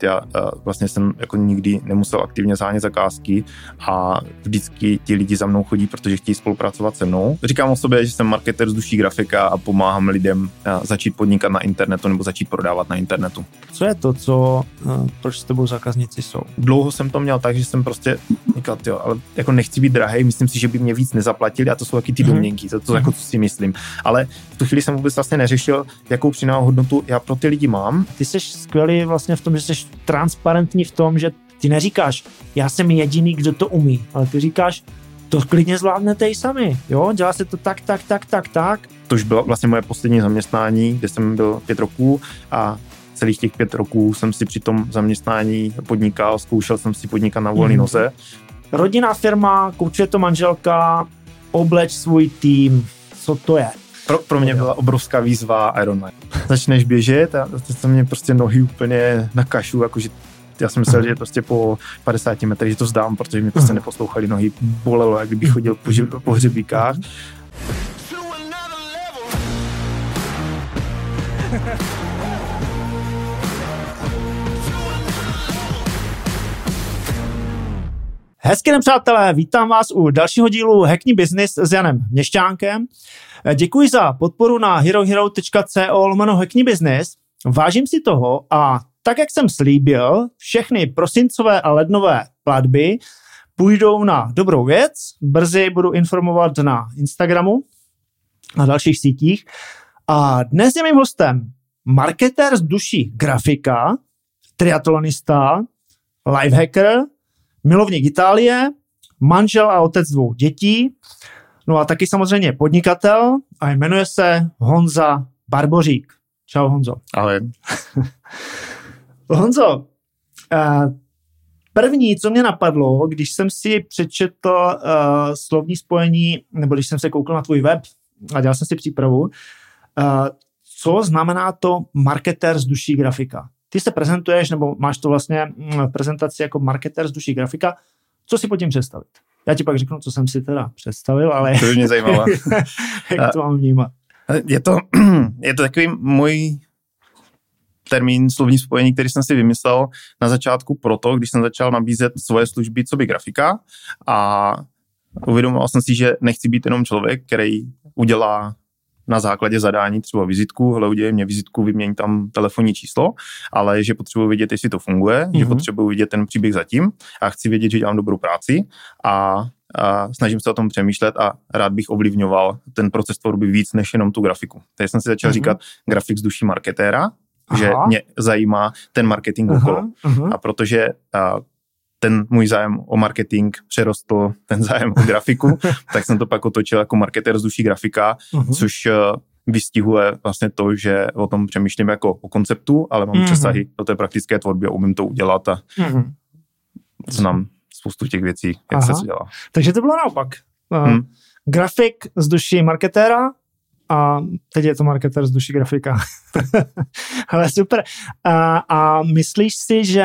Já vlastně jsem jako nikdy nemusel aktivně zánět zakázky a vždycky ti lidi za mnou chodí, protože chtějí spolupracovat se mnou. Říkám o sobě, že jsem marketer z duší grafika a pomáhám lidem začít podnikat na internetu nebo začít prodávat na internetu. Co je to, proč s tebou zákazníci jsou? Dlouho jsem to měl tak, že jsem prostě říkal, ale jako nechci být drahej, myslím si, že by mě víc nezaplatili a to jsou taky ty domněnky, to jako co si myslím. Ale v tu chvíli jsem vůbec vlastně neřešil, jakou přidanou hodnotu já pro ty lidi mám. Ty jsi skvělý vlastně v tom, že jsi transparentní v tom, že ty neříkáš, já jsem jediný, kdo to umí, ale ty říkáš, to klidně zvládnete i sami, jo, dělá se to tak. To už bylo vlastně moje poslední zaměstnání, kde jsem byl 5 roků a celých těch 5 roků jsem si při tom zaměstnání podnikal, zkoušel jsem si podnikat na volné noze. Rodinná firma, koučuje to manželka, obleč svůj tým, co to je? Pro mě byla obrovská výzva Ironman. Začneš běžet a to mě prostě nohy úplně na kašu, jakože já jsem myslel, že prostě po 50 metrech, že to vzdám, protože mě prostě neposlouchali nohy, bolelo, jak kdybych chodil po hřebíkách. Hezký den, přátelé, vítám vás u dalšího dílu Hackni Business s Janem Měšťánkem. Děkuji za podporu na herohero.co/Hackni Business. Vážím si toho a tak, jak jsem slíbil, všechny prosincové a lednové platby půjdou na dobrou věc. Brzy budu informovat na Instagramu a dalších sítích. A dnes je mým hostem marketér z duší grafika, triatlonista, lifehacker, milovník Itálie, manžel a otec 2 dětí, no a taky samozřejmě podnikatel a jmenuje se Honza Barbořík. Čau, Honzo. Ahoj. Honzo, první, co mě napadlo, když jsem si přečetl slovní spojení, nebo když jsem se koukal na tvůj web a dělal jsem si přípravu, co znamená to marketér z duší grafika? Ty se prezentuješ, nebo máš to vlastně v prezentaci jako marketér z duší grafika. Co si pod tím představit? Já ti pak řeknu, co jsem si teda představil, ale... To by mě zajímalo. Jak to mám vnímat? Je to takový můj termín, slovní spojení, který jsem si vymyslel na začátku proto, když jsem začal nabízet svoje služby coby grafika a uvědomoval jsem si, že nechci být jenom člověk, který udělá na základě zadání třeba vizitku, hele, udělej mě vizitku, vyměň tam telefonní číslo, ale že potřebuji vědět, jestli to funguje, že potřebuji vidět ten příběh zatím a chci vědět, že dělám dobrou práci a snažím se o tom přemýšlet a rád bych ovlivňoval ten proces tvorby víc než jenom tu grafiku. Takže jsem si začal říkat grafik z duší marketéra, že mě zajímá ten marketing okolo. A protože ten můj zájem o marketing přerostl ten zájem o grafiku, tak jsem to pak otočil jako marketér z duší grafika, což vystihuje vlastně to, že o tom přemýšlím jako o konceptu, ale mám přesahy do té praktické tvorby a umím to udělat a znám spoustu těch věcí, jak se to dělá. Takže to bylo naopak. Grafik z duší marketéra a teď je to marketér z duší grafika. Ale super. A myslíš si, že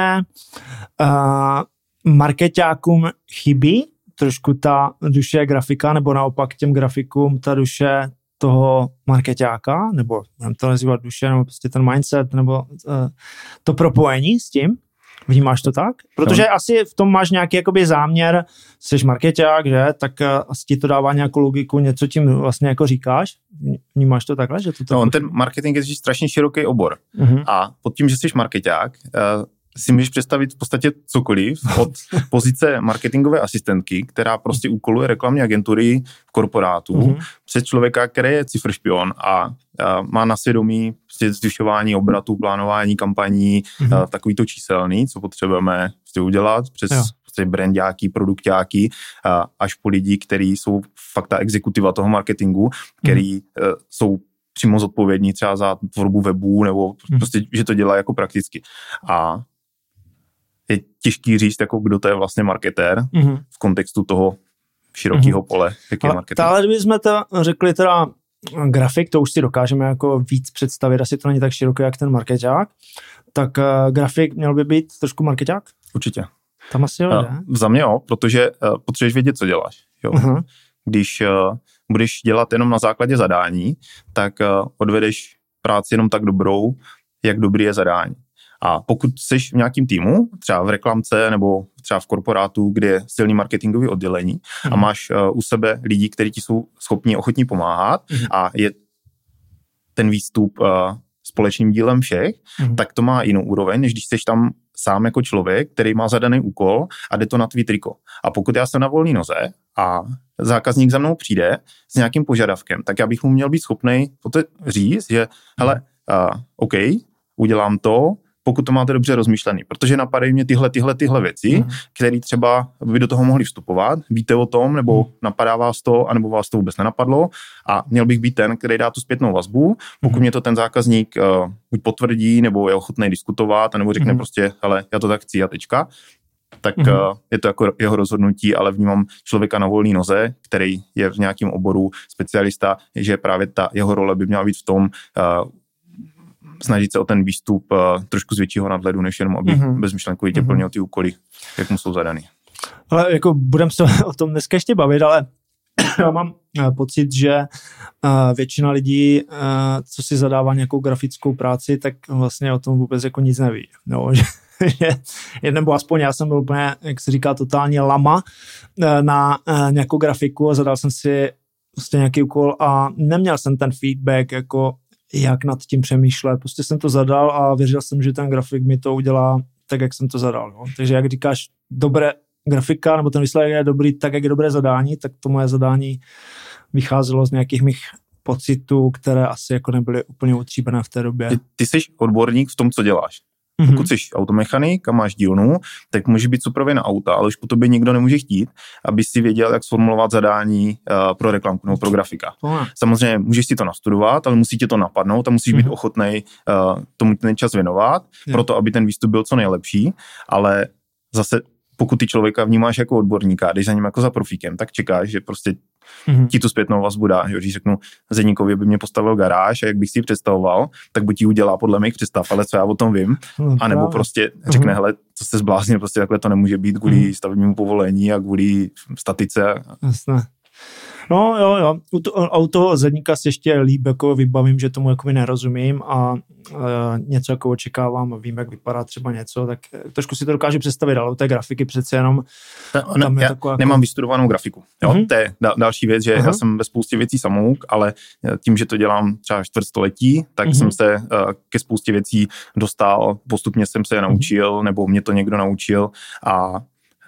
markeťákům chybí trošku ta duše grafika, nebo naopak těm grafikům ta duše toho markeťáka, nebo budeme to nazývat duše, nebo prostě ten mindset, nebo to propojení s tím? Vnímáš to tak? Protože asi v tom máš nějaký jakoby záměr, jsi markeťák, že? Tak asi ti to dává nějakou logiku, něco tím vlastně jako říkáš. Vnímáš to takhle? Že to ten marketing je strašně široký obor. A pod tím, že jsi markeťák, si můžeš představit v podstatě cokoliv od pozice marketingové asistentky, která prostě úkoluje reklamní agentury v korporátu, přes člověka, který je cifršpion a má na svědomí prostě zvyšování obratu, plánování kampaní, takový to číselný, co potřebujeme prostě udělat, přes prostě brandáky, produktáky, až po lidi, kteří jsou fakt ta exekutiva toho marketingu, který jsou přímo zodpovědní třeba za tvorbu webů, nebo prostě, že to dělá jako prakticky. A je těžký říct, jako kdo to je vlastně marketér v kontextu toho širokého pole, jak je marketing. Ale kdybychom to řekli teda grafik, to už si dokážeme jako víc představit, asi to není tak široké, jak ten markeťák, tak grafik měl by být trošku markeťák? Určitě. Tam asi jo, ne? Za mě jo, protože potřebuješ vědět, co děláš. Jo. Když budeš dělat jenom na základě zadání, tak odvedeš práci jenom tak dobrou, jak dobrý je zadání. A pokud jsi v nějakém týmu, třeba v reklamce nebo třeba v korporátu, kde je silný marketingový oddělení a máš u sebe lidi, kteří ti jsou schopni, ochotní pomáhat a je ten výstup společným dílem všech, tak to má jinou úroveň, než když jsi tam sám jako člověk, který má zadaný úkol a jde to na tvý triko. A pokud já jsem na volné noze a zákazník za mnou přijde s nějakým požadavkem, tak já bych mu měl být schopnej říct, že hele, OK, udělám to, pokud to máte dobře rozmyšlený, protože napadají mě tyhle věci, které třeba by do toho mohly vstupovat, víte o tom, nebo napadá vás to, anebo vás to vůbec nenapadlo a měl bych být ten, který dá tu zpětnou vazbu, pokud mě to ten zákazník buď potvrdí, nebo je ochotný diskutovat, nebo řekne prostě, hele, já to tak chci a tečka, tak je to jako jeho rozhodnutí, ale vnímám člověka na volné noze, který je v nějakém oboru specialista, že právě ta jeho role by měla být v tom, snažit se o ten výstup trošku z většího nadhledu, než jenom aby bezmyšlenkovitě plnil ty úkoly, jak mu jsou zadaný. Ale jako budeme se o tom dneska ještě bavit, ale já mám pocit, že většina lidí, co si zadává nějakou grafickou práci, tak vlastně o tom vůbec jako nic neví. No, nebo aspoň já jsem byl úplně, jak se říká, totálně lama na nějakou grafiku a zadal jsem si prostě nějaký úkol a neměl jsem ten feedback, jako jak nad tím přemýšlet. Prostě jsem to zadal a věřil jsem, že ten grafik mi to udělá tak, jak jsem to zadal. Jo. Takže jak říkáš, dobré grafika, nebo ten výsledek je dobrý tak, jak je dobré zadání, tak to moje zadání vycházelo z nějakých mých pocitů, které asi jako nebyly úplně utříbené v té době. Ty jsi odborník v tom, co děláš. Pokud jsi automechanik a máš dílnu, tak může být suprově na auta, ale už po tobě nikdo nemůže chtít, aby si věděl, jak sformulovat zadání pro reklamku nebo pro grafika. Samozřejmě můžeš si to nastudovat, ale musí tě to napadnout a musíš být ochotnej tomu ten čas věnovat, proto aby ten výstup byl co nejlepší, ale zase pokud ty člověka vnímáš jako odborníka, jdeš za ním jako za profíkem, tak čekáš, že prostě ti tu zpětnou vazbu dá. Když řeknu Zedníkovi, by mě postavil garáž a jak bych si ji představoval, tak buď ji udělá podle mých představ, ale co já o tom vím, anebo prostě řekne, hele, co jste zbláznil, prostě takhle to nemůže být kvůli stavebnímu povolení a kvůli statice. Jasné. No jo. U toho Zedníka si ještě líb jako vybavím, že tomu jako nerozumím a něco jako očekávám a vím, jak vypadá třeba něco, tak trošku si to dokážu představit, ale u té grafiky přece jenom tam je já taková... nemám vystudovanou grafiku. Jo? To je další věc, že já jsem ve spoustě věcí samouk, ale tím, že to dělám třeba čtvrtstoletí, tak jsem se ke spoustě věcí dostal, postupně jsem se je naučil, nebo mě to někdo naučil a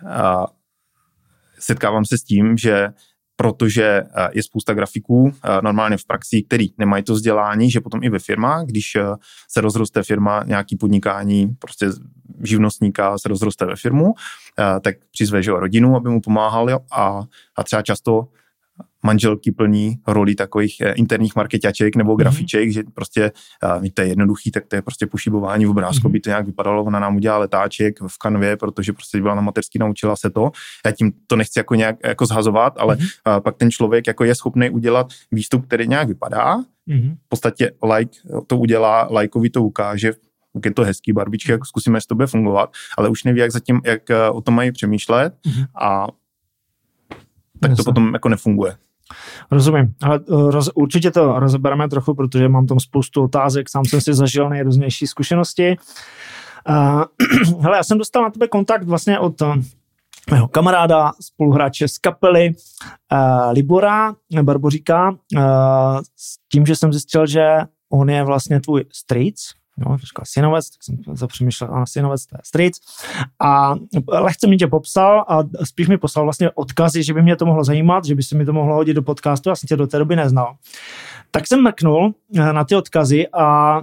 setkávám se s tím, že protože je spousta grafiků normálně v praxi, který nemají to vzdělání, že potom i ve firmách, když se rozroste firma, nějaký podnikání, prostě živnostníka se rozroste ve firmu, tak přizve rodinu, aby mu pomáhali a třeba často manželky plní roli takových interních marketaček nebo grafiček, že prostě to je jednoduchý, tak to je prostě pošibování v obrázku, by to nějak vypadalo, ona nám udělala letáček v kanvě, protože prostě byla na mateřský, naučila se to. Já tím to nechci jako nějak jako zhazovat, ale pak ten člověk jako je schopný udělat výstup, který nějak vypadá. V podstatě to udělá, lajkovi to ukáže, je to hezký barbičky, jak zkusíme, jestli to bude fungovat, ale už neví, jak o tom mají přemýšlet a tak to potom jako nefunguje. Rozumím, ale určitě to rozebereme trochu, protože mám tam spoustu otázek, sám jsem si zažil nejrůznější zkušenosti. Hele, já jsem dostal na tebe kontakt vlastně od mého kamaráda, spoluhráče z kapely Libora Barboříka, s tím, že jsem zjistil, že on je vlastně tvůj strýc, no, říkal synovec, tak jsem zapřemýšlel, ano, synovec, to je strýc. A lehce mi tě popsal a spíš mi poslal vlastně odkazy, že by mě to mohlo zajímat, že by se mi to mohlo hodit do podcastu, já jsem tě do té doby neznal. Tak jsem mrknul na ty odkazy a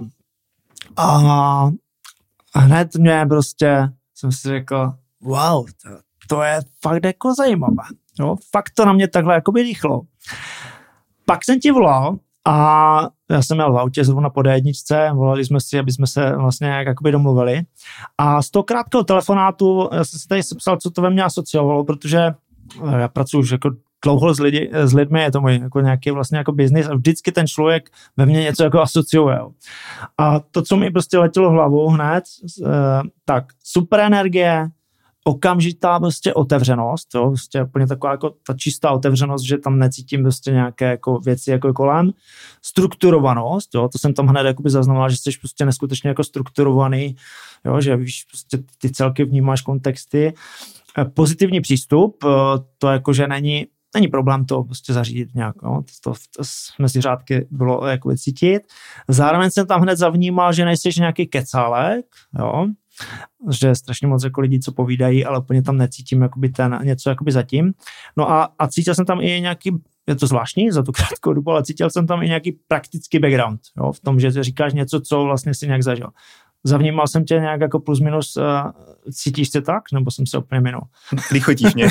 hned mě prostě, jsem si řekl, wow, to je fakt jako zajímavé. Jo? Fakt to na mě takhle jakoby rychlo. Pak jsem ti volal, a já jsem měl v autě zrovna po D1, volali jsme si, aby jsme se vlastně jakoby domluvili. A z toho krátkého telefonátu já jsem si tady sepsal, co to ve mně asociovalo, protože já pracuji už jako dlouho s lidmi, je to můj jako nějaký vlastně jako biznis a vždycky ten člověk ve mně něco jako asociuje. A to, co mi prostě letělo hlavou hned, tak super energie, okamžitá prostě otevřenost, jo, prostě úplně taková jako ta čistá otevřenost, že tam necítím prostě nějaké jako věci jako kolem. Strukturovanost, jo, to jsem tam hned jakoby zaznamenal, že jsi prostě neskutečně jako strukturovaný, jo, že víš, prostě ty celky vnímáš kontexty. Pozitivní přístup, to jako, že není problém to prostě zařídit nějak, no, to mezi řádky bylo jako cítit. Zároveň jsem tam hned zavnímal, že nejsi nějaký kecálek, jo, že strašně moc jako lidí, co povídají, ale úplně tam necítím jakoby něco jakoby zatím. No a cítil jsem tam i nějaký, je to zvláštní za tu krátkou dobu, ale cítil jsem tam i nějaký praktický background, jo, v tom, že říkáš něco, co vlastně si nějak zažil. Zavnímal jsem tě nějak jako plus minus, cítíš se tak, nebo jsem se úplně minul? Lichotíš mě.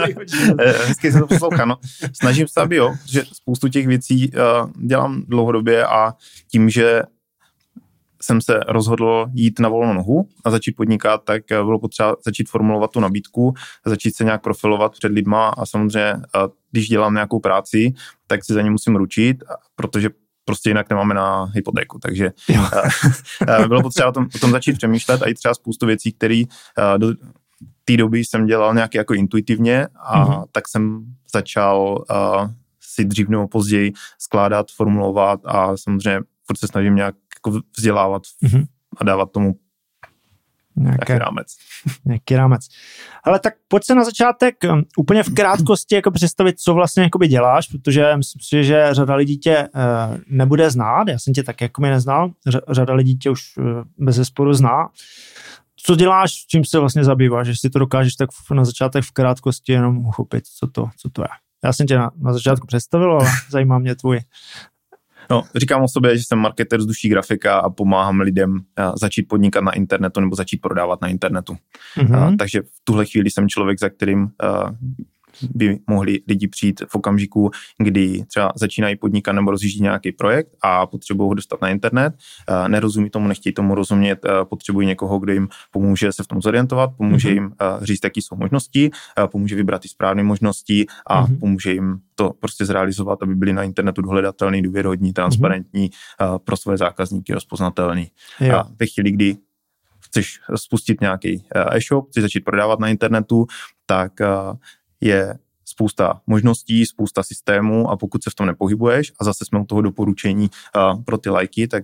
Hezky se to poslouchá, no. Snažím se, aby jo, že spoustu těch věcí dělám dlouhodobě a tím, že jsem se rozhodl jít na volnou nohu a začít podnikat, tak bylo potřeba začít formulovat tu nabídku, začít se nějak profilovat před lidma a samozřejmě, když dělám nějakou práci, tak si za ní musím ručit, protože prostě jinak nemáme na hypotéku, takže bylo potřeba o tom začít přemýšlet a i třeba spoustu věcí, které do té doby jsem dělal nějak jako intuitivně a tak jsem začal si dřív nebo později skládat, formulovat a samozřejmě furt se snažím nějak jako vzdělávat a dávat tomu nějaký rámec. Nějaký rámec. Ale tak pojď se na začátek úplně v krátkosti jako představit, co vlastně jakoby děláš, protože myslím si, že řada lidí tě nebude znát, já jsem tě tak jako neznal, řada lidí tě už bezesporu zná. Co děláš, čím se vlastně zabýváš, že si to dokážeš tak na začátek v krátkosti jenom uchopit, co to je. Já jsem tě na začátku představil, ale zajímá mě tvůj. No, říkám o sobě, že jsem marketer vzduší grafika a pomáhám lidem začít podnikat na internetu nebo začít prodávat na internetu. Takže v tuhle chvíli jsem člověk, za kterým by mohli lidi přijít v okamžiku, kdy třeba začínají podnikat nebo rozjíždí nějaký projekt a potřebují ho dostat na internet, nerozumí tomu, nechtějí tomu rozumět, potřebují někoho, kdo jim pomůže se v tom zorientovat, pomůže jim říct, jaký jsou možnosti, pomůže vybrat ty správné možnosti a pomůže jim to prostě zrealizovat, aby byli na internetu dohledatelný, důvěryhodní, transparentní, pro své zákazníky rozpoznatelný. A ve chvíli, kdy chceš spustit nějaký e-shop, chceš začít prodávat na internetu, tak je spousta možností, spousta systémů a pokud se v tom nepohybuješ a zase jsme u toho doporučení pro ty lajky, tak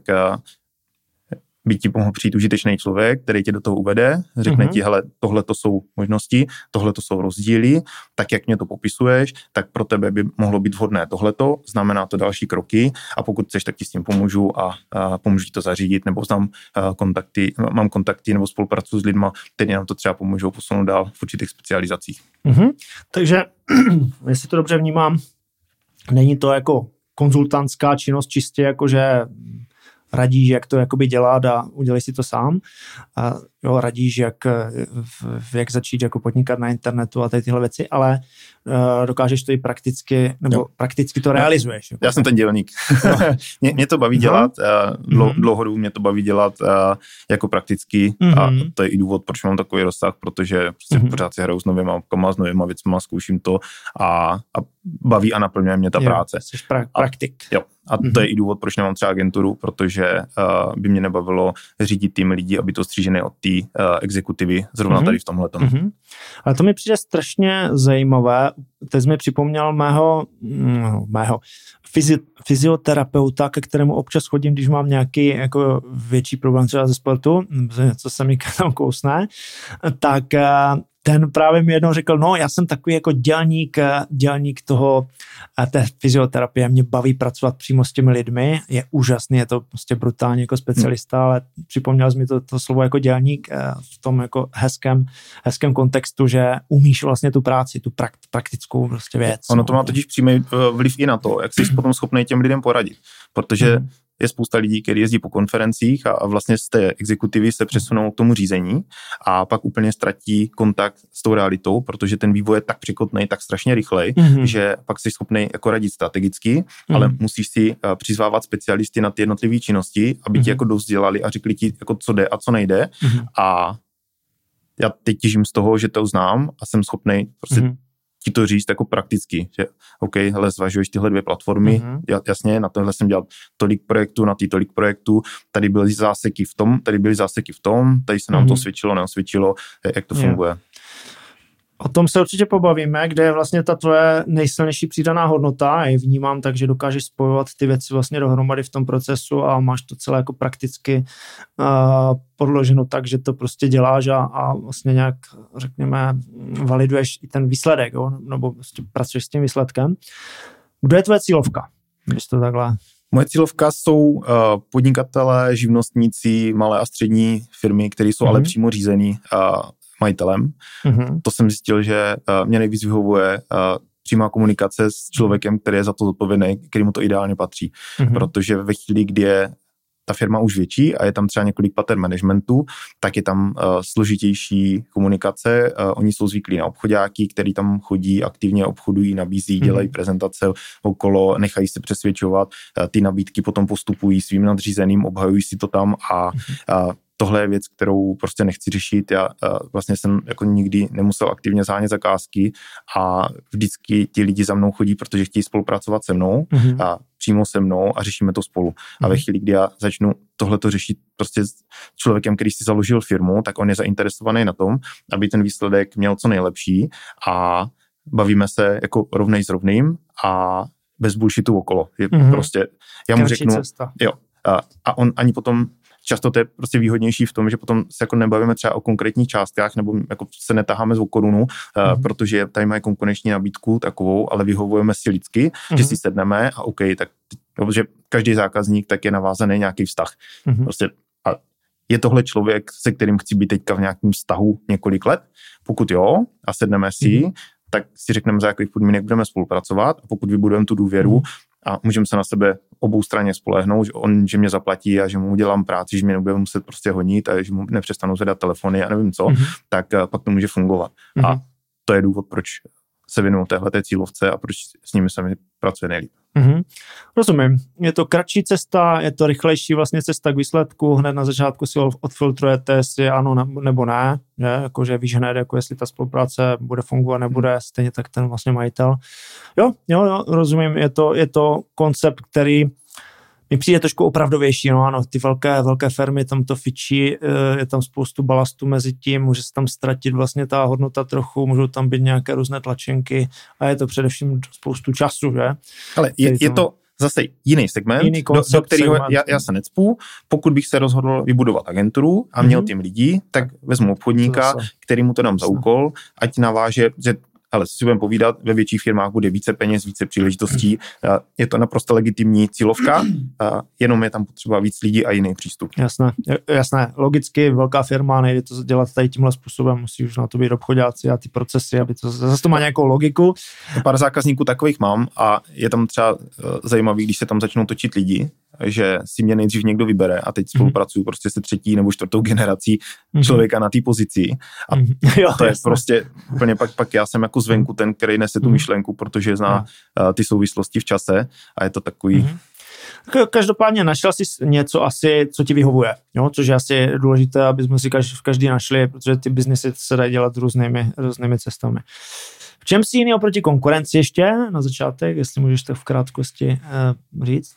by ti mohl přijít užitečný člověk, který tě do toho uvede, řekne ti, hele, tohle to jsou možnosti, tohle to jsou rozdíly, tak jak mě to popisuješ, tak pro tebe by mohlo být vhodné tohleto, znamená to další kroky a pokud chceš, tak ti s tím pomůžu a pomůžu ti to zařídit, nebo mám kontakty nebo spolupracuji s lidma, kteří nám to třeba pomůžou posunout dál v určitých specializacích. Takže, jestli to dobře vnímám, není to jako konzultantská činnost čistě jako, že radíš, jak to jakoby dělat a udělej si to sám. A jo, radíš, jak začít jako podnikat na internetu a tady tyhle věci, ale dokážeš to i prakticky, nebo prakticky to realizuješ. Já jsem ten dělník. Mě to baví dělat, dlouhodobě mě to baví dělat jako prakticky a to je i důvod, proč mám takový rozsah, protože prostě pořád si hraju s novýma věcma, zkouším to a baví a naplňuje mě ta práce. Jsi praktik. Jo. A to je i důvod, proč nemám třeba agenturu, protože by mě nebavilo řídit tým lidí, aby to střížené od té exekutivy zrovna tady v tomhletom. Ale to mi přijde strašně zajímavé. Teď jsi mi připomněl mého fyzioterapeuta, ke kterému občas chodím, když mám nějaký jako větší problém třeba ze sportu, co se mi tam kousne, tak ten právě mi jednou řekl, no já jsem takový jako dělník toho, té fyzioterapie, mě baví pracovat přímo s těmi lidmi, je úžasný, je to prostě brutálně jako specialista, ale připomněl jsi mi to slovo jako dělník v tom jako hezkém kontextu, že umíš vlastně tu práci, tu praktickou prostě věc. Ono to má totiž přímý vliv i na to, jak jsi potom schopný těm lidem poradit, protože je spousta lidí, kteří jezdí po konferencích a vlastně z té exekutivy se přesunou k tomu řízení a pak úplně ztratí kontakt s tou realitou, protože ten vývoj je tak překotnej, tak strašně rychlej, že pak jsi schopný jako radit strategicky, ale musíš si přizvávat specialisty na ty jednotlivé činnosti, aby ti jako dozdělali a řekli ti, jako co jde a co nejde. A já teď těžím z toho, že to znám a jsem schopný prostě ti to říct jako prakticky, že OK, hele, zvažuješ tyhle dvě platformy, jasně, na tohle jsem dělal tolik projektů, na tolik projektů, tady byly záseky v tom, tady se nám to osvědčilo, neosvědčilo, jak to funguje. O tom se určitě pobavíme, kde je vlastně ta tvoje nejsilnější přidaná hodnota. Já ji vnímám tak, že dokážeš spojovat ty věci vlastně dohromady v tom procesu a máš to celé jako prakticky podloženo tak, že to prostě děláš a vlastně nějak, řekněme, validuješ i ten výsledek, jo? Nebo prostě pracuješ s tím výsledkem. Kdo je tvoje cílovka? Když to takhle... Moje cílovka jsou podnikatelé, živnostníci, malé a střední firmy, které jsou ale přímo řízený majitelem. To jsem zjistil, že mě nejvíc vyhovuje přímá komunikace s člověkem, který je za to zodpovědný, který mu to ideálně patří. Protože ve chvíli, kdy je ta firma už větší a je tam třeba několik pater managementu, tak je tam složitější komunikace. Oni jsou zvyklí na obchodáky, který tam chodí, aktivně obchodují, nabízí, dělají prezentace okolo, nechají se přesvědčovat, ty nabídky potom postupují svým nadřízeným, obhajují si to tam a tohle je věc, kterou prostě nechci řešit. Já vlastně jsem jako nikdy nemusel aktivně zánět zakázky a vždycky ti lidi za mnou chodí, protože chtějí spolupracovat se mnou a přímo se mnou a řešíme to spolu. A ve chvíli, kdy já začnu tohleto řešit prostě s člověkem, který si založil firmu, tak on je zainteresovaný na tom, aby ten výsledek měl co nejlepší a bavíme se jako rovnej s rovným a bez bullshitu okolo. Je prostě, já mu řeknu, jo, a on ani potom často to je prostě výhodnější v tom, že potom se jako nebavíme třeba o konkrétních částkách nebo jako se netaháme z korunu, protože tady mají konkurenční nabídku takovou, ale vyhovujeme si lidsky, že si sedneme a OK, tak protože každý zákazník tak je navázaný nějaký vztah. Prostě a je tohle člověk, se kterým chci být teďka v nějakém vztahu několik let? Pokud jo a sedneme si, tak si řekneme, za jakých podmínek budeme spolupracovat a pokud vybudujeme tu důvěru a můžeme se na sebe obou straně spolehnout, že mě zaplatí a že mu udělám práci, že mě nebude muset prostě honit a že mu nepřestanou zvedat telefony a nevím co, tak pak to může fungovat. A to je důvod, proč se věnuju téhleté cílovce a proč s nimi se mi pracuje nejlíp. Rozumím. Je to kratší cesta, je to rychlejší vlastně cesta k výsledku, hned na začátku si odfiltrujete, jestli ano nebo ne, že? Jakože víš hned, jako jestli ta spolupráce bude fungovat, nebude, stejně tak ten vlastně majitel. Jo, rozumím, je to koncept, který mi přijde trošku opravdovější, no ano, ty velké firmy, tam to fičí, je tam spoustu balastu mezi tím, může se tam ztratit vlastně ta hodnota trochu, můžou tam být nějaké různé tlačenky a je to především spoustu času, že? Ale je to zase jiný segment, do kterého já se necpu. Pokud bych se rozhodl vybudovat agenturu a měl tím lidí, tak vezmu obchodníka, který mu to dám za úkol, ať naváže, že ale si budeme povídat, ve větších firmách bude více peněz, více příležitostí. Je to naprosto legitimní cílovka, jenom je tam potřeba víc lidí a jiný přístup. Jasné. Logicky velká firma nejde to dělat tady tímhle způsobem, musí už na to být obchodáci a ty procesy, aby to zase to má nějakou logiku. Pár zákazníků takových mám a je tam třeba zajímavý, když se tam začnou točit lidi, že si mě nejdřív někdo vybere a teď spolupracuju prostě se třetí nebo čtvrtou generací člověka na té pozici a to je prostě úplně pak já jsem jako zvenku ten, který nese tu myšlenku, protože zná ty souvislosti v čase a je to takový... Každopádně našel jsi něco asi, co ti vyhovuje, jo? Což je asi důležité, aby jsme si každý našli, protože ty biznesy se dají dělat různými cestami. V čem jsi jiný oproti konkurenci ještě na začátek, jestli můžeš tak v krátkosti říct?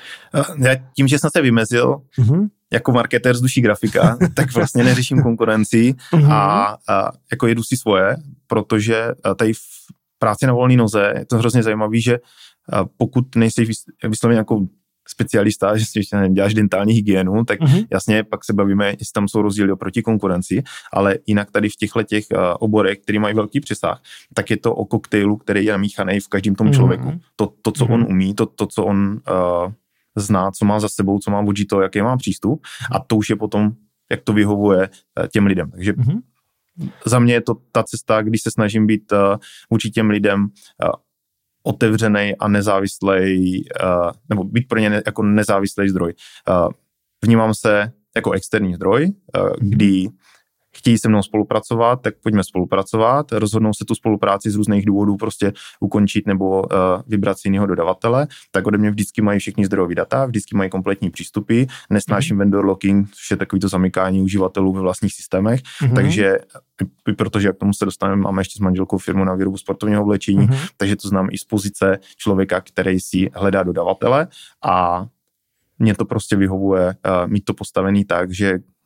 Já tím, že jsem se vymezil jako marketér z duší grafika, tak vlastně neřeším konkurenci a jako jedu si svoje, protože tady v práci na volné noze je to hrozně zajímavý, že pokud nejsi vysloveně jako specialista, že si ještě neděláš dentální hygienu, tak jasně pak se bavíme, jestli tam jsou rozdíly oproti konkurenci, ale jinak tady v těchto oborech, který mají velký přesah, tak je to o koktejlu, který je namíchaný v každém tom člověku. To co on umí, to co on zná, co má za sebou, co má odžito, jaký má přístup a to už je potom, jak to vyhovuje těm lidem. Takže za mě je to ta cesta, když se snažím být vůči těm lidem otevřený a nezávislý, nebo být pro ně jako nezávislý zdroj. Vnímám se jako externí zdroj, kdy chtějí se mnou spolupracovat, tak pojďme spolupracovat, rozhodnou se tu spolupráci z různých důvodů prostě ukončit nebo vybrat si jiného dodavatele, tak ode mě vždycky mají všichni zdrojové data, vždycky mají kompletní přístupy, nesnáším vendor locking, což je takový to zamykání uživatelů ve vlastních systémech, takže protože k tomu se dostaneme, máme ještě s manželkou firmu na výrobu sportovního oblečení, takže to znám i z pozice člověka, který si hledá dodavatele a mně to prostě vyhovuje mít to postavený tak, že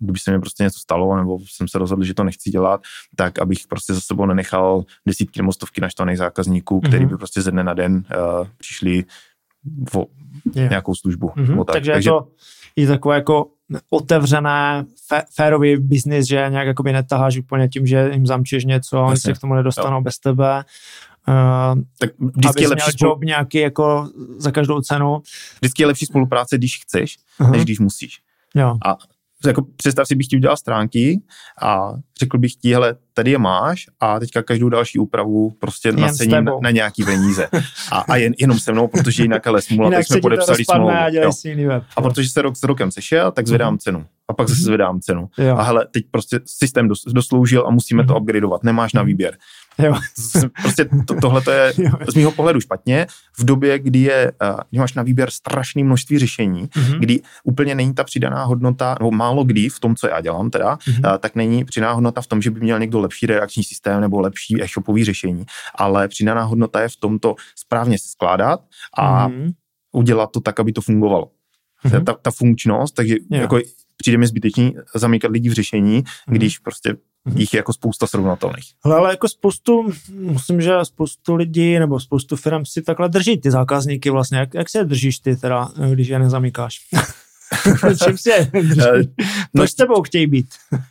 kdyby se mi prostě něco stalo, nebo jsem se rozhodl, že to nechci dělat, tak abych prostě za sebou nenechal desítky nebo stovky naštvaných zákazníků, který by prostě ze dne na den přišli o nějakou službu. Takže je takový jako otevřené, férový biznis, že nějak jakoby netaháš úplně tím, že jim zamčíš něco a oni se k tomu nedostanou bez tebe. Tak vždycky je lepší job nějaký jako za každou cenu. Vždycky je lepší spolupráce, když chceš, než když musíš. Jo. A jako představ si, bych ti udělal stránky a řekl bych ti, hele, tady je máš a teďka každou další úpravu prostě nacením na nějaký peníze. A jenom se mnou, protože jinak ale smůla, tak jsme podepsali smlouvu. A protože se rok s rokem sešel, tak zvedám cenu. A pak zase zvedám cenu. Jo. A hele, teď prostě systém dosloužil a musíme to upgradeovat. Nemáš na výběr. Jo. Prostě tohle to je z mýho pohledu špatně. V době, kdy máš na výběr strašné množství řešení, kdy úplně není ta přidaná hodnota, nebo málo kdy v tom, co já dělám teda, tak není přidaná hodnota v tom, že by měl někdo lepší redakční systém nebo lepší e-shopový řešení, ale přidaná hodnota je v tomto správně se skládat a udělat to tak, aby to fungovalo. Ta funkčnost, takže jako přijde mi zbytečný zamykat lidi v řešení, když prostě jich je jako spousta srovnatelných. Ale jako myslím, že spoustu lidí nebo spoustu firm si takhle drží ty zákazníky vlastně. Jak se držíš ty teda, když je nezamykáš? Čím si je drží? Proč s tebou chtějí být?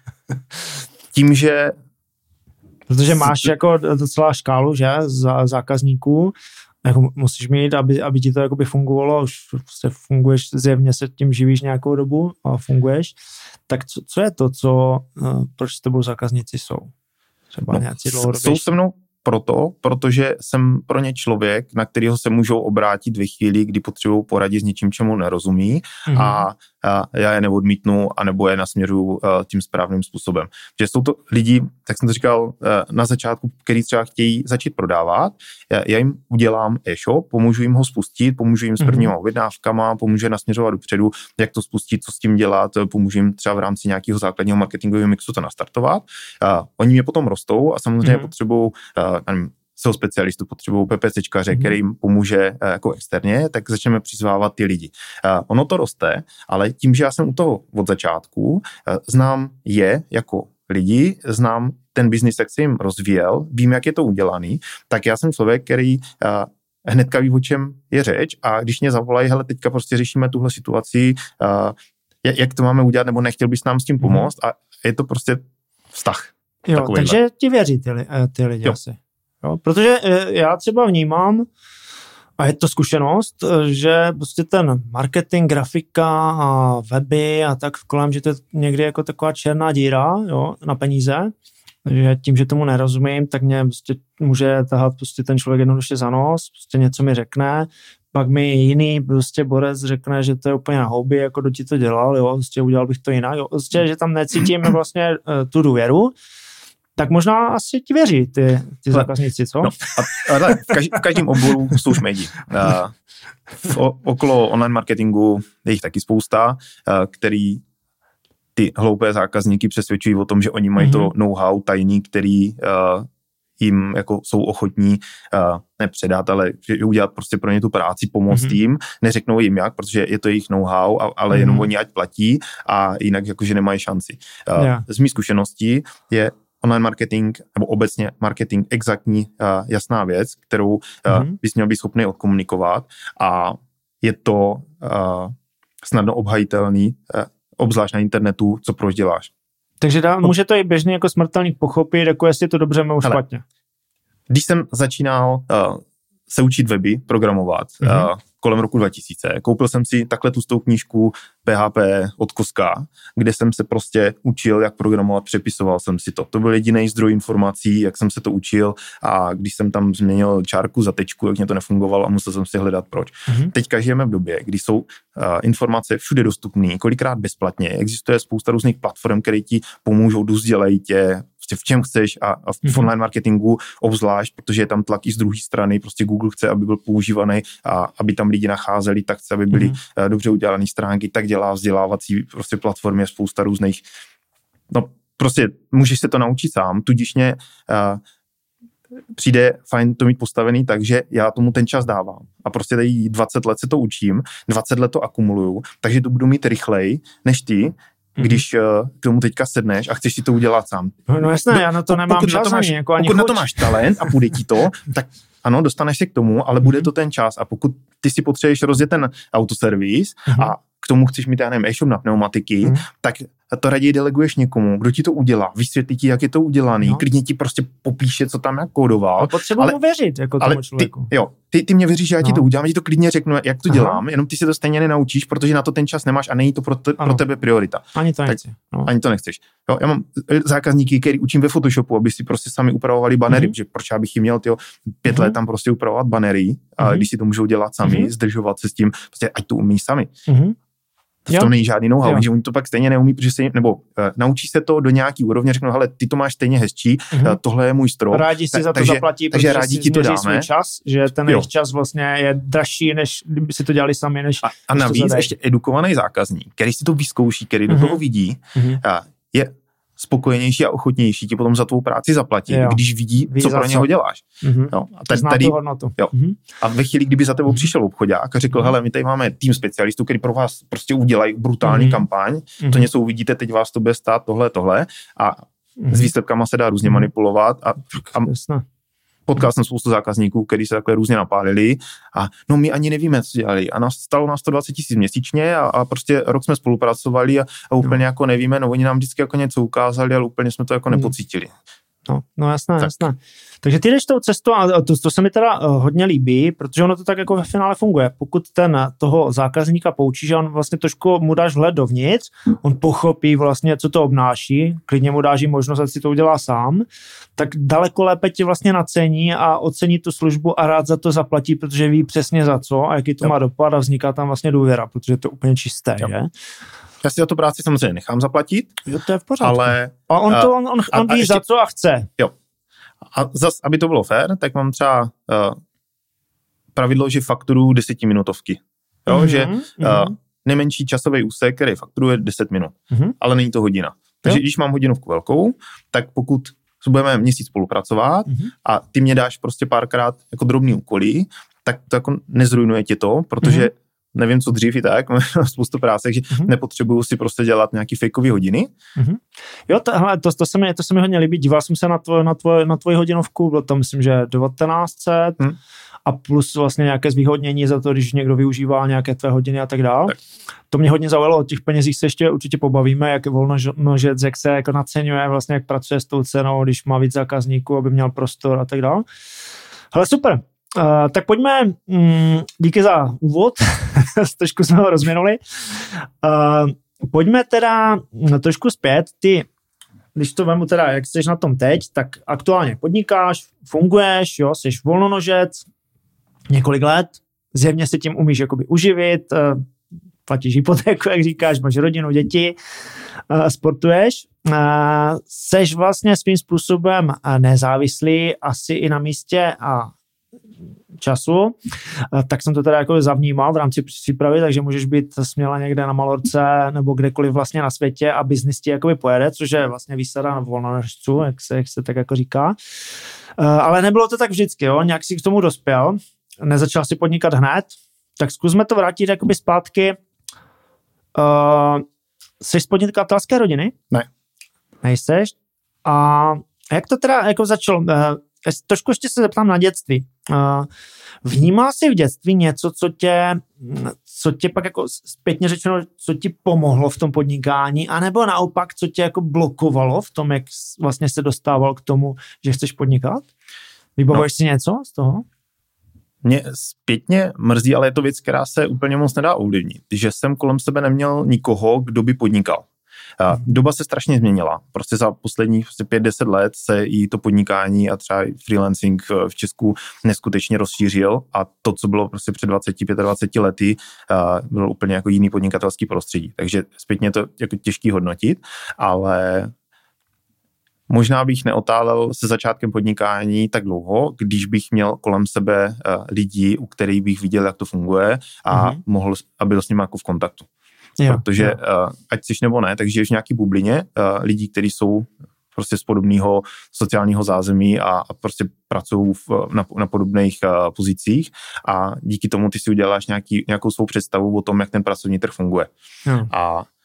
Tím, že... Protože máš jako docela škálu, že, zákazníků, jako musíš mít, aby ti to jakoby fungovalo, už prostě funguješ, zjevně se tím živíš nějakou dobu a funguješ, tak co je to, proč s tebou zákazníci jsou? Třeba nějací dlouhodobější? Jsou se mnou protože jsem pro ně člověk, na kterého se můžou obrátit ve chvíli, kdy potřebují poradit s něčím, čemu nerozumí a já je neodmítnu, anebo je nasměruju tím správným způsobem. Že jsou to lidi, tak jsem to říkal na začátku, který třeba chtějí začít prodávat, já jim udělám e-shop, pomůžu jim ho spustit, pomůžu jim s prvníma objednávkama, pomůžu je nasměřovat dopředu, jak to spustit, co s tím dělat, pomůžu jim třeba v rámci nějakého základního marketingového mixu to nastartovat. Oni mě potom rostou a samozřejmě potřebují SEO specialistu, potřebují PPCčkaře, který jim pomůže jako externě, tak začneme přizvávat ty lidi. Ono to roste, ale tím, že já jsem u toho od začátku, znám je jako lidi, znám ten biznis, jak se jim rozvíjel, vím, jak je to udělaný, tak já jsem člověk, který hnedka ví, o čem je řeč a když mě zavolají, hele, teďka prostě řešíme tuhle situaci, jak to máme udělat, nebo nechtěl bys nám s tím pomoct a je to prostě vztah. Jo, takže ti věří ty lidi asi. Jo, protože já třeba vnímám, a je to zkušenost, že prostě ten marketing, grafika a weby a tak kolem, že to je někdy jako taková černá díra, jo, na peníze, že tím, že tomu nerozumím, tak mě prostě může tahat prostě ten člověk jednoduše za nos, prostě něco mi řekne, pak mi jiný prostě borec řekne, že to je úplně na hobby, jako kdo ti to dělal, jo, prostě udělal bych to jinak, jo, prostě, že tam necítím vlastně tu důvěru. Tak možná asi ti věří ty zákazníci, co? No, ale v každém oboru jsou šmejdi. Okolo online marketingu je jich taky spousta, který ty hloupé zákazníky přesvědčují o tom, že oni mají to know-how tajný, který jim jako jsou ochotní nepředat, ale udělat prostě pro ně tu práci, pomoct jim. Neřeknou jim jak, protože je to jejich know-how, ale jenom oni ať platí a jinak jakože nemají šanci. Z mý zkušeností je online marketing, nebo obecně marketing exaktní, jasná věc, kterou bys měl být schopný odkomunikovat a je to snadno obhajitelný, obzvlášť na internetu, co proč děláš. Takže může to i běžně jako smrtelník pochopit, jako jestli to dobře nebo špatně. Když jsem začínal se učit weby, programovat, kolem roku 2000. Koupil jsem si takhle tlustou knížku PHP od Koska, kde jsem se prostě učil, jak programovat, přepisoval jsem si to. To byl jediný zdroj informací, jak jsem se to učil a když jsem tam změnil čárku za tečku, jak mě to nefungovalo a musel jsem si hledat proč. Teďka žijeme v době, kdy jsou informace všude dostupné, kolikrát bezplatně. Existuje spousta různých platform, které ti pomůžou, vzdělají tě v čem chceš a v online marketingu obzvlášť, protože je tam tlak i z druhé strany, prostě Google chce, aby byl používaný a aby tam lidi nacházeli, tak chce, aby byly dobře udělané stránky, tak dělá vzdělávací prostě platformy, spousta různých, no prostě můžeš se to naučit sám, tudíž mě přijde fajn to mít postavený, takže já tomu ten čas dávám a prostě tady 20 let se to učím, 20 let to akumuluju, takže to budu mít rychleji než ty, když k tomu teďka sedneš a chceš si to udělat sám. No jasné, já na to nemám čas ani, jako ani pokud na to máš talent a půjde ti to, tak ano, dostaneš se k tomu, ale bude to ten čas. A pokud ty si potřebuješ rozjet ten autoservis a k tomu chceš mít, já nevím, e-shop na pneumatiky, tak to raději deleguješ někomu, kdo ti to udělá, vysvětlí ti, jak je to udělaný, klidně ti prostě popíše, co tam jak kódoval. Potřebuji mu věřit, jako tomu člověku. Ty mě věříš, že já ti to udělám, ti to klidně řeknu, jak to dělám, jenom ty si to stejně nenaučíš, protože na to ten čas nemáš a není to pro tebe priorita. Ani to nechci. Ani to nechceš. Jo, já mám zákazníky, který učím ve Photoshopu, aby si prostě sami upravovali banery, že proč já bych jim měl 5 let tam prostě upravovat banery, a když si to můžou dělat sami, zdržovat se s tím, prostě ať to umí sami. V tom není žádný know-how, že oni to pak stejně neumí, protože naučí se to do nějaký úrovně, řeknou, hele, ty to máš stejně hezčí, tohle je můj strop. Rádi si za to zaplatí, takže rádi ti to dáme. Svůj čas, že ten jejich čas vlastně je dražší, než kdyby si to dělali sami, než a navíc ještě edukovaný zákazník, který si to vyzkouší, který do toho vidí, je spokojenější a ochotnější ti potom za tvou práci zaplatit, když vidí, co pro něho děláš. A tady hodnotu. A ve chvíli, kdyby za tebou přišel obchodák a řekl, hele, my tady máme tým specialistů, který pro vás prostě udělají brutální kampaň, to něco uvidíte, teď vás to bude stát tohle a s výsledkama se dá různě manipulovat a potkal jsem spoustu zákazníků, kteří se takhle různě napálili a no my ani nevíme, co dělali a stalo nás 120 000 měsíčně a prostě rok jsme spolupracovali a úplně jako nevíme, no oni nám vždycky jako něco ukázali, ale úplně jsme to jako nepocítili. No jasné. Takže ty jdeš tou cestou a to se mi teda hodně líbí, protože ono to tak jako ve finále funguje. Pokud toho zákazníka poučí, že on vlastně trošku mu dáš vhled dovnitř, on pochopí vlastně, co to obnáší, klidně mu dáš možnost, ať si to udělá sám, tak daleko lépe tě vlastně nacení a ocení tu službu a rád za to zaplatí, protože ví přesně za co a jaký to má dopad a vzniká tam vlastně důvěra, protože je to úplně čisté, že? Já si za tu práci samozřejmě nechám zaplatit. Jo, to je v pořádku. Ale a on ví za co a chce. Jo. A zas, aby to bylo fér, tak mám třeba pravidlo, že fakturu 10minutovky. Jo, že nejmenší časový úsek, který fakturuje 10 minut. Ale není to hodina. Takže když mám hodinovku velkou, tak pokud budeme měsíc spolupracovat a ty mě dáš prostě párkrát jako drobný úkoly, tak to jako nezrujnuje ti to, protože nevím, co dřív i tak, mám spoustu práce, takže nepotřebuju si prostě dělat nějaký fejkový hodiny. Jo, to se mi hodně líbí. Díval jsem se na tvoji hodinovku, bylo to myslím, že 1900 a plus vlastně nějaké zvýhodnění za to, když někdo využívá nějaké tvé hodiny a tak dále. To mě hodně zaujalo, o těch penězích se ještě určitě pobavíme, jak je volnožec, jak se jako naceňuje, vlastně jak pracuje s tou cenou, když má víc zákazníků, aby měl prostor a tak dále. Hele, super. Tak pojďme, díky za úvod, trošku jsme ho rozvinuli. Pojďme teda trošku zpět. Ty, když to vemu teda, jak jsi na tom teď, tak aktuálně podnikáš, funguješ, jo, jsi volnonožec, několik let, zjevně se tím umíš jakoby uživit, platíš hypotéku, jak říkáš, máš rodinu, děti, sportuješ, seš vlastně svým způsobem nezávislý, asi i na místě a času, tak jsem to teda jako zavnímal v rámci přípravy, takže můžeš být směle někde na Malorce nebo kdekoliv vlastně na světě a biznis ti jakoby pojede, což je vlastně výsada na volnonožců, jak se tak jako říká. Ale nebylo to tak vždycky, jo? Nějak si k tomu dospěl, nezačal si podnikat hned, tak zkusme to vrátit jakoby zpátky. Jsi z podnikatelské rodiny? Ne. Nejseš? A jak to teda jako začalo? Trošku ještě se zeptám na dětství. Vnímal jsi v dětství něco, co tě pak jako zpětně řečeno, co ti pomohlo v tom podnikání, anebo naopak, co tě jako blokovalo v tom, jak vlastně se dostával k tomu, že chceš podnikat? Vybavuješ si něco z toho? Mě zpětně mrzí, ale je to věc, která se úplně moc nedá ovlivnit, že jsem kolem sebe neměl nikoho, kdo by podnikal. Doba se strašně změnila. Prostě za posledních 5-10 let se i to podnikání a třeba freelancing v Česku neskutečně rozšířil a to, co bylo prostě před 20-25 lety, bylo úplně jako jiný podnikatelský prostředí. Takže zpětně to jako těžký hodnotit, ale možná bych neotálel se začátkem podnikání tak dlouho, když bych měl kolem sebe lidí, u kterých bych viděl, jak to funguje a mohl, aby byl s nimi jako v kontaktu. Protože ať jsi nebo ne, tak žiješ v nějaký bublině lidí, kteří jsou prostě z podobného sociálního zázemí a prostě pracují na podobných pozicích a díky tomu ty si uděláš nějakou svou představu o tom, jak ten pracovní trh funguje. A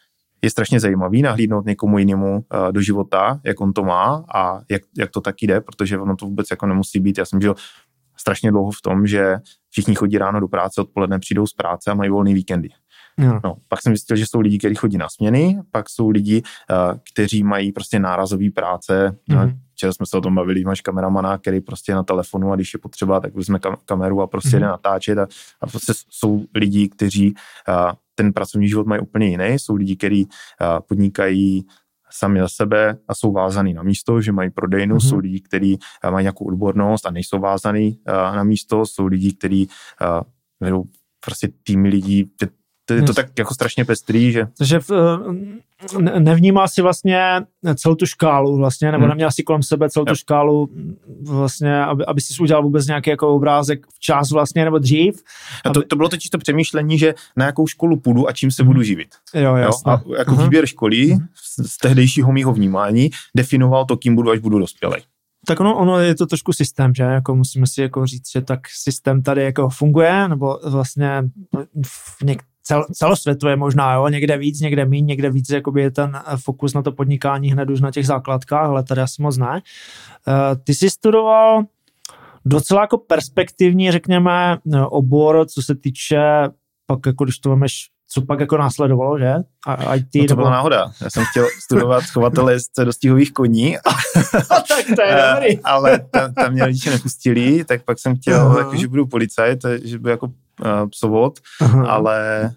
je strašně zajímavý nahlídnout někomu jinému do života, jak on to má a jak to tak jde, protože ono to vůbec jako nemusí být. Já jsem žil strašně dlouho v tom, že všichni chodí ráno do práce, odpoledne přijdou z práce a mají volný víkendy. No, pak jsem zjistil, že jsou lidi, kteří chodí na směny, pak jsou lidi, kteří mají prostě nárazový práce. Včera jsme se o tom bavili, máš kameramana, který prostě na telefonu a když je potřeba, tak vezme kameru a prostě jde natáčet a prostě jsou lidi, kteří ten pracovní život mají úplně jiný, jsou lidi, kteří podnikají sami za sebe a jsou vázaný na místo, že mají prodejnu, jsou lidi, kteří mají nějakou odbornost a nejsou vázaný na místo, jsou lidi, kteří vedou prostě týmy lidí. Je to tak jako strašně pestrý, že... Takže nevnímal si vlastně celou tu škálu vlastně, nebo neměl si kolem sebe celou tu škálu vlastně, aby si udělal vůbec nějaký jako obrázek včas vlastně, nebo dřív. To bylo totiž to přemýšlení, že na jakou školu půjdu a čím se budu živit. Jo, jasně. A jako výběr školy z tehdejšího mýho vnímání definoval to, kým budu, až budu dospělej. Tak ono je to trošku systém, že? Jako musíme si jako říct, že tak systém tady jako funguje, nebo vlastně celosvětově možná, jo, někde víc, někde míň, někde víc, jakoby je ten fokus na to podnikání hned už na těch základkách, ale tady asi moc ne. Ty jsi studoval docela jako perspektivní, řekněme, obor, co se týče, pak jako když to vemeš, co pak jako následovalo, že? IT, no to byla náhoda. Já jsem chtěl studovat chovatele jezdce dostihových koní. Tak to je dobrý. Ale tam mě rodiče nepustili, tak pak jsem chtěl, jako, že budu policajt, že budu jako psovod, ale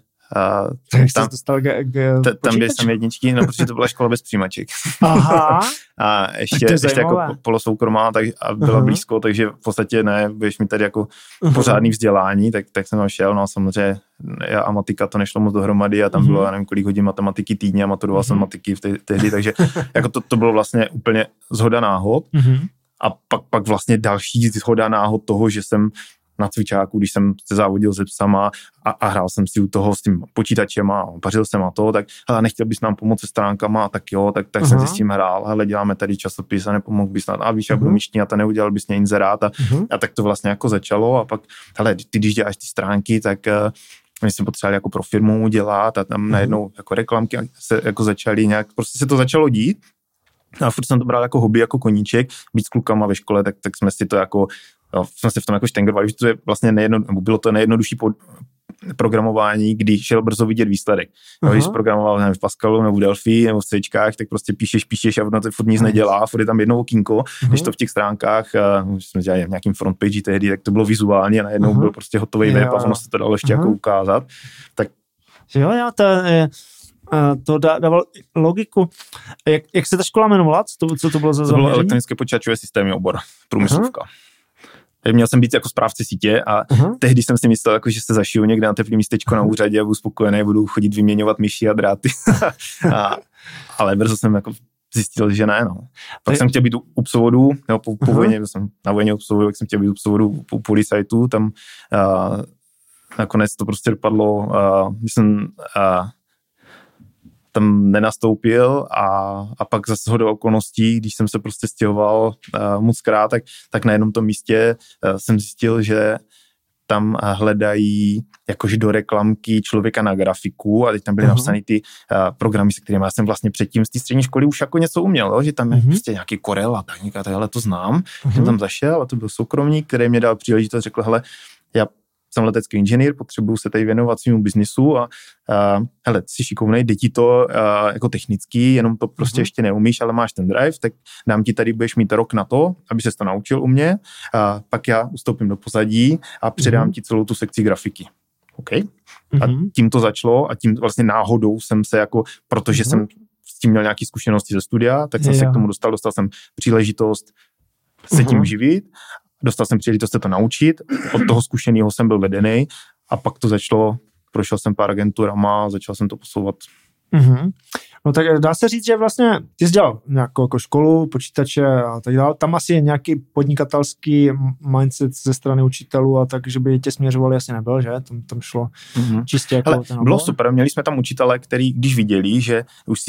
tam byl jsem jedničky, no, protože to byla škola bez přijímaček. Aha. A ještě jako polosoukromá a byla blízko, takže v podstatě ne, budeš mi tady jako pořádný vzdělání, tak jsem tam šel, no samozřejmě já a matika to nešlo moc dohromady a tam bylo, já nevím, kolik hodin matematiky týdně a maturoval jsem matiky tehdy, takže jako to bylo vlastně úplně zhoda náhod a pak vlastně další zhoda náhod toho, že jsem na cvičáku, když jsem se závodil se psama a hrál jsem si u toho s tím počítačem a pařil jsem a to, tak hele, nechtěl bys nám pomoct se stránkama, tak jo, tak jsem si s tím hrál, hele, děláme tady časopis a nepomohl bys snad, a víš, já budu myšťat a neudělal bys mě inzerát a tak to vlastně jako začalo a pak, hele, ty když děláš ty stránky, tak my jsme potřebovali jako pro firmu dělat a tam najednou jako reklamky se jako začaly nějak, prostě se to začalo dít. A furt jsem to bral jako hobby, jako koníček, být s klukama ve škole, tak jsme si to jako, jsme se v tom jako štengrovali, že to je vlastně bylo to nejjednodušší programování, když šel brzo vidět výsledek. Když jsi programoval v Pascalu nebo v Delphi nebo v Cčkách, tak prostě píšeš a ono to furt nic nedělá, furt je tam jedno okýnko, když to v těch stránkách, jsme dělali v nějakým frontpage tehdy, tak to bylo vizuálně a najednou byl prostě hotový web a ono se to dalo ještě jako ukázat. Tak jo, to dávalo logiku. Jak se ta škola jmenovala? Co to bylo za zaměření? To bylo elektronické počítačové systémy obor, průmyslovka. Měl jsem být jako správce sítě a tehdy jsem si myslel, jako, že se zašiju někde na teplý místečko na úřadě a budu spokojený, budu chodit vyměňovat myši a dráty. Ale brzo jsem jako zjistil, že ne. No. Pak jsem chtěl být u psovodů, po vojně, jsem na vojně u psovodů, tak jsem chtěl být u psovodů u policajtů, tam nakonec to prostě dopadlo, když jsem tam nenastoupil a pak zase shodou okolností, když jsem se prostě stěhoval mockrát, tak na jednom tom místě jsem zjistil, že tam hledají jakože do reklamky člověka na grafiku a teď tam byly napsané ty programy, se kterými já jsem vlastně předtím z té střední školy už jako něco uměl, jo? Že tam je prostě nějaký Corel a tak a takhle to znám. Jsem tam zašel a to byl soukromník, který mě dal příležitost, řekl, hele, já jsem letecký inženýr, potřebuju se tady věnovat svému biznisu a hele, jsi šikovnej, jde ti to jako technický, jenom to prostě ještě neumíš, ale máš ten drive, tak dám ti tady, budeš mít rok na to, aby ses to naučil u mě, pak já ustoupím do pozadí a předám ti celou tu sekci grafiky. OK? A tím to začalo a tím vlastně náhodou jsem se jako, protože jsem s tím měl nějaké zkušenosti ze studia, tak jsem se k tomu dostal jsem příležitost se tím živit. Dostal jsem příležitost se to naučit, od toho zkušeného jsem byl vedený a pak to začalo, prošel jsem pár agenturama a začal jsem to posouvat. No tak dá se říct, že vlastně ty jsi dělal nějakou jako školu, počítače a tak dále, tam asi je nějaký podnikatelský mindset ze strany učitelů a tak, že by tě směřovali, asi nebyl, že? Tam šlo čistě jako ten obor. Bylo super, měli jsme tam učitele, který když viděli, že už si v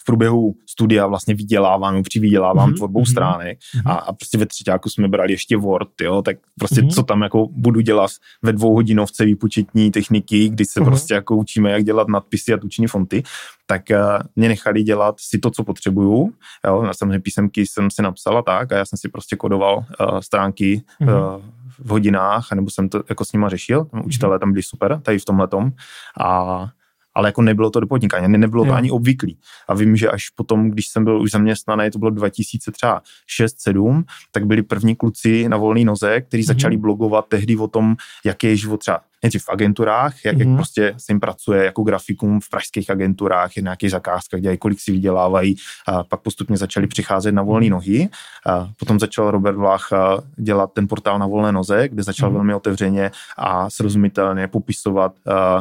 průběhu studia vlastně přivydělávám tvorbou stránek a prostě ve třeťáku jsme brali ještě Word, jo, tak prostě co tam jako budu dělat ve 2hodinovce výpočetní techniky, kdy se prostě jako učíme, jak dělat nadpisy a tučný fonty, tak mě nechali dělat si to, co potřebuju, jo, samozřejmě písemky jsem si napsal a tak a já jsem si prostě kodoval stránky v hodinách, anebo jsem to jako s nima řešil, učitelé tam byli super, tady v tomhletom ale jako nebylo to do podnikání, nebylo to ani obvyklý. A vím, že až potom, když jsem byl už zaměstnaný, to bylo 2006-2007, tak byli první kluci na volné noze, kteří začali blogovat tehdy o tom, jaký je život třeba nejdřív v agenturách, jak prostě se jim pracuje jako grafikům v pražských agenturách, je na nějakých zakázkách, dělají, kolik si vydělávají, a pak postupně začali přicházet na volné nohy. A potom začal Robert Vlách dělat ten portál na volné noze, kde začal velmi otevřeně a srozumitelně popisovat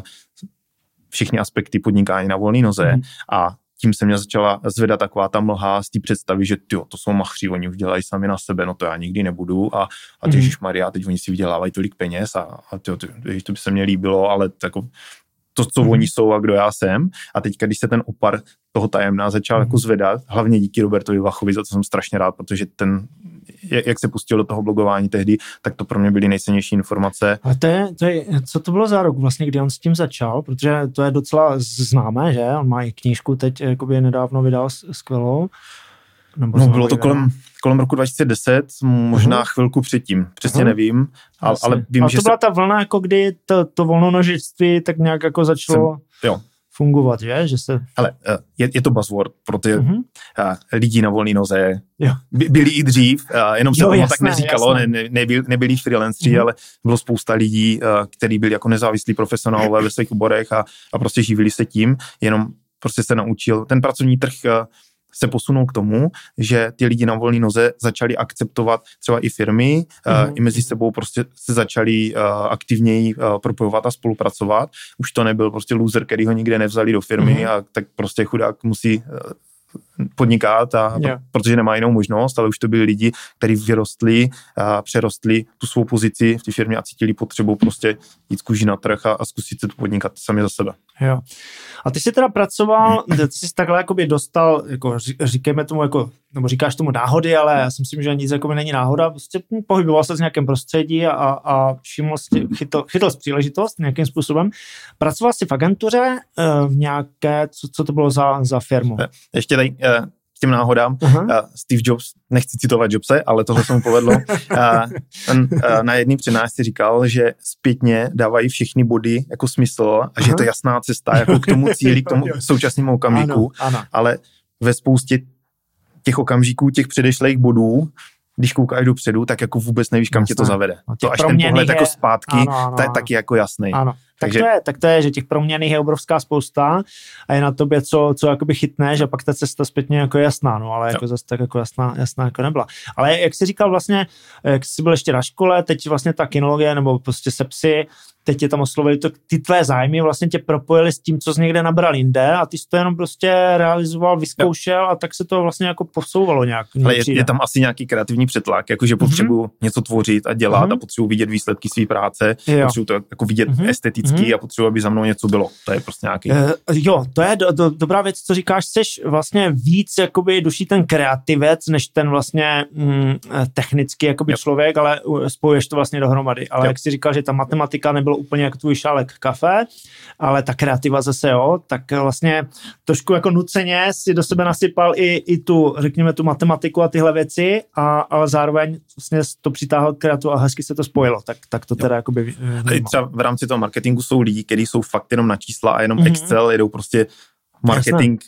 všechny aspekty podnikání na volné noze a tím se mě začala zvedat taková ta mlha z té představy, že to jsou machři, oni už dělají sami na sebe, no to já nikdy nebudu a ježišmarja, teď oni si vydělávají tolik peněz a to by se mně líbilo, ale jako to, co oni jsou a kdo já jsem. A teďka, když se ten opar toho tajemná začal jako zvedat, hlavně díky Robertovi Vachovi, za to jsem strašně rád, protože jak se pustil do toho blogování tehdy, tak to pro mě byly nejcennější informace. Ale to je, co to bylo za rok vlastně, kdy on s tím začal, protože to je docela známé, že? On má i knížku teď jakoby nedávno vydal skvělou. No bylo to kolem roku 2010, možná chvilku předtím, přesně nevím, ale vím, ale že to byla ta vlna, jako kdy to volnonožectví tak nějak jako začalo fungovat, že se... Ale je to buzzword pro ty lidi na volné noze. Byli i dřív, jenom se tomu tak neříkalo, nebyli freelanceri, ale bylo spousta lidí, kteří byli jako nezávislí profesionálové ve svých oborech a prostě živili se tím, jenom prostě se naučil. Ten pracovní trh se posunul k tomu, že ty lidi na volné noze začali akceptovat třeba i firmy, i mezi sebou prostě se začali aktivněji propojovat a spolupracovat. Už to nebyl prostě loser, který ho nikde nevzali do firmy a tak prostě chudák musí podnikat, protože nemá jinou možnost, ale už to byli lidi, kteří vyrostli a přerostli tu svou pozici v té firmě a cítili potřebu prostě jít kůži na trh a zkusit se to podnikat sami za sebe. Jo. A ty jsi teda pracoval, ty jsi takhle jakoby dostal, jako říkejme tomu jako, nebo říkáš tomu náhody, ale já si myslím, že nic jakoby není náhoda, prostě pohyboval se v nějakém prostředí a chytl z příležitost nějakým způsobem. Pracoval jsi v agentuře v nějaké, co to bylo za firmu? Ještě tady k těm náhodám. Steve Jobs, nechci citovat Jobse, ale tohle se mu povedlo. Na jedný přednášce říkal, že zpětně dávají všechny body jako smysl a že je to jasná cesta jako k tomu cíli, k tomu současnému okamžiku, ale ve spoustě těch okamžiků, těch předešlých bodů, když koukáš dopředu, tak jako vůbec nevíš, kam tě to zavede. To až ten pohled jako zpátky, tak je jako jasný. Ano. Tak to je, že těch proměnných je obrovská spousta a je na tobě, co jakoby chytneš a pak ta cesta zpětně jako je jasná, no, ale jako zase tak jako jasná jako nebyla. Ale jak jsi říkal vlastně, jak jsi byl ještě na škole, teď vlastně ta kinologie nebo prostě sepsy, teď tě tam oslovili, ty tvé zájmy vlastně tě propojili s tím, co jsi někde nabral jinde a ty jsi to jenom prostě realizoval, vyzkoušel a tak se to vlastně jako posouvalo nějak. Ale je tam asi nějaký kreativní přetlak, jakože potřebuji něco tvořit a dělat a potřebuji vidět výsledky své práce, potřebuji to jako vidět esteticky a potřebuji, aby za mnou něco bylo. To je prostě nějaký... To je dobrá věc, co říkáš, chceš vlastně víc jakoby duší ten kreativec, než ten vlastně technický jakoby člověk, ale spojuješ to vlastně dohromady. Ale jak jsi říkal, že ta matematika nebylo úplně jako tvůj šálek kafe, ale ta kreativa zase tak vlastně trošku jako nuceně si do sebe nasypal i tu, řekněme, tu matematiku a tyhle věci, ale zároveň vlastně to přitáhl kreativu a hezky se to spojilo. Tak to teda jakoby... Třeba v rámci toho marketingu jsou lidi, kteří jsou fakt jenom na čísla a jenom Excel, jedou prostě marketing,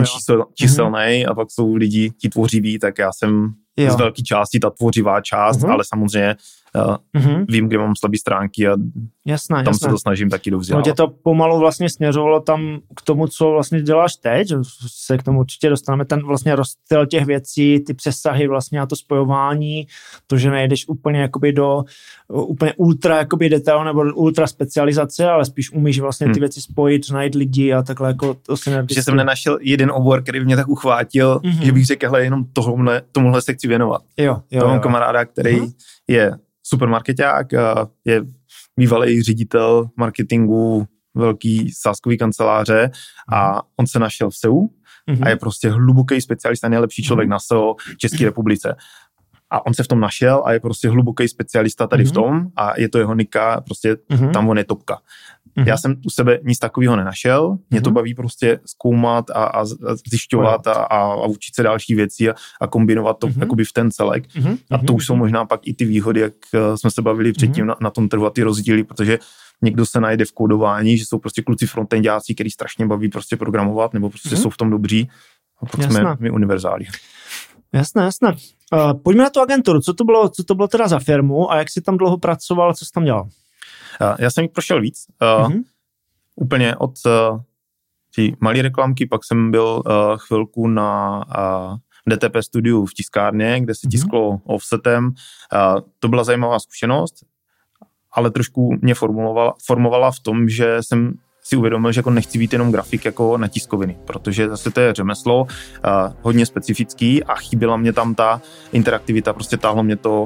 číselnej a pak jsou lidi, ti tvořiví, tak já jsem z velké části ta tvořivá část, ale samozřejmě vím, kde mám slabé stránky a tam se to snažím taky dovzdělávat. Tě to pomalu vlastně směřovalo tam k tomu, co vlastně děláš teď, že se k tomu určitě dostaneme, ten vlastně rozstyl těch věcí, ty přesahy vlastně a to spojování, to, že nejdeš úplně jakoby do úplně ultra jakoby detail nebo ultra specializace, ale spíš umíš vlastně ty věci spojit, najít lidi a takhle jako to synergicky. Že jsem nenašel jeden obor, který mě tak uchvátil, že bych řekl, hele, jenom tomuhle se chci věnovat. To mám kamaráda, který je supermarketák, je bývalý ředitel marketingu velký sázkový kanceláře a on se našel v SEU a je prostě hluboký specialista, nejlepší člověk na SEO v České republice. A on se v tom našel a je prostě hluboký specialista tady v tom a je to jeho nika, prostě tam on je topka. Já jsem u sebe nic takového nenašel, mě to baví prostě zkoumat a zjišťovat a učit se další věci a kombinovat to jakoby v ten celek. A to už jsou možná pak i ty výhody, jak jsme se bavili předtím na tom trhu a ty rozdíly, protože někdo se najde v kódování, že jsou prostě kluci frontendáci, který strašně baví prostě programovat, nebo prostě jsou v tom dobří, a pak jsme my univerzáli. Jasné. Pojďme na tu agenturu. Co to bylo teda za firmu a jak jsi tam dlouho pracoval, co jsi tam dělal? Já jsem jich prošel víc. Úplně od té malé reklamky, pak jsem byl chvilku na DTP studiu v tiskárně, kde se tisklo offsetem. To byla zajímavá zkušenost, ale trošku mě formovala v tom, že jsem si uvědomil, že jako nechci být jenom grafik jako na tiskoviny, protože zase to je řemeslo, hodně specifický a chyběla mě tam ta interaktivita, prostě táhlo mě to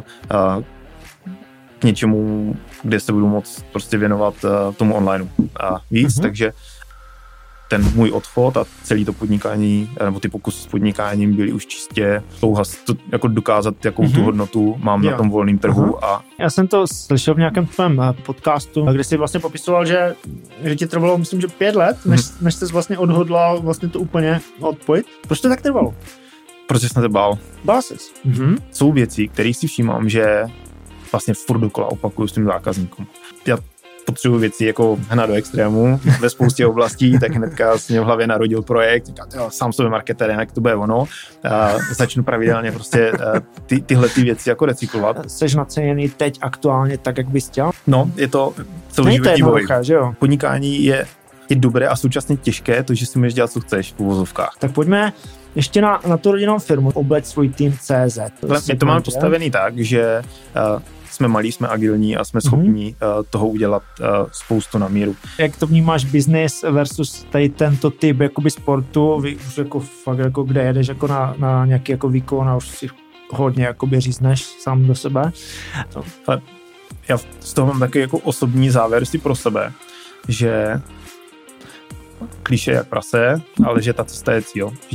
k něčemu, kde se budu moct prostě věnovat tomu online a víc, takže ten můj odchod a celý to podnikání, nebo ty pokusy s podnikáním byly už čistě touha jako dokázat, jakou tu hodnotu mám na tom volném trhu. A já jsem to slyšel v nějakém tvém podcastu, kde jsi vlastně popisoval, že ti trvalo, myslím, že 5 let, než jsi vlastně odhodlal vlastně to úplně odpojit. Proč to tak trvalo? Protože jsem se bál. Bál jsi? Jsou věci, které si všímám, že vlastně furt dokola opakuju s tím zákazníkům. Já potřebuji věci jako hnat do extrému ve spoustě oblastí, tak hnedka se mě v hlavě narodil projekt, sám sobě marketer, jak to bude ono. Začnu pravidelně prostě tyhle ty věci jako recyklovat. Jseš naceněný teď aktuálně tak, jak bys chtěl? No, je to celoživotní boj. Podnikání je dobré a současně těžké, to, že si můžeš dělat, co chceš v uvozovkách. Tak pojďme ještě na tu rodinnou firmu, obleť svůj tým CZ. My to máme postavený tak, že jsme malí, jsme agilní a jsme schopni toho udělat spoustu na míru. Jak to vnímáš business versus tady tento typ jakoby sportu, vy už jako fakt jako kde jedeš jako na nějaký jako výkon a už si hodně jakoby řízneš sám do sebe? Ale já z toho mám takový jako osobní závěr si pro sebe, že klišé jak prase, ale že ta cesta je cíl.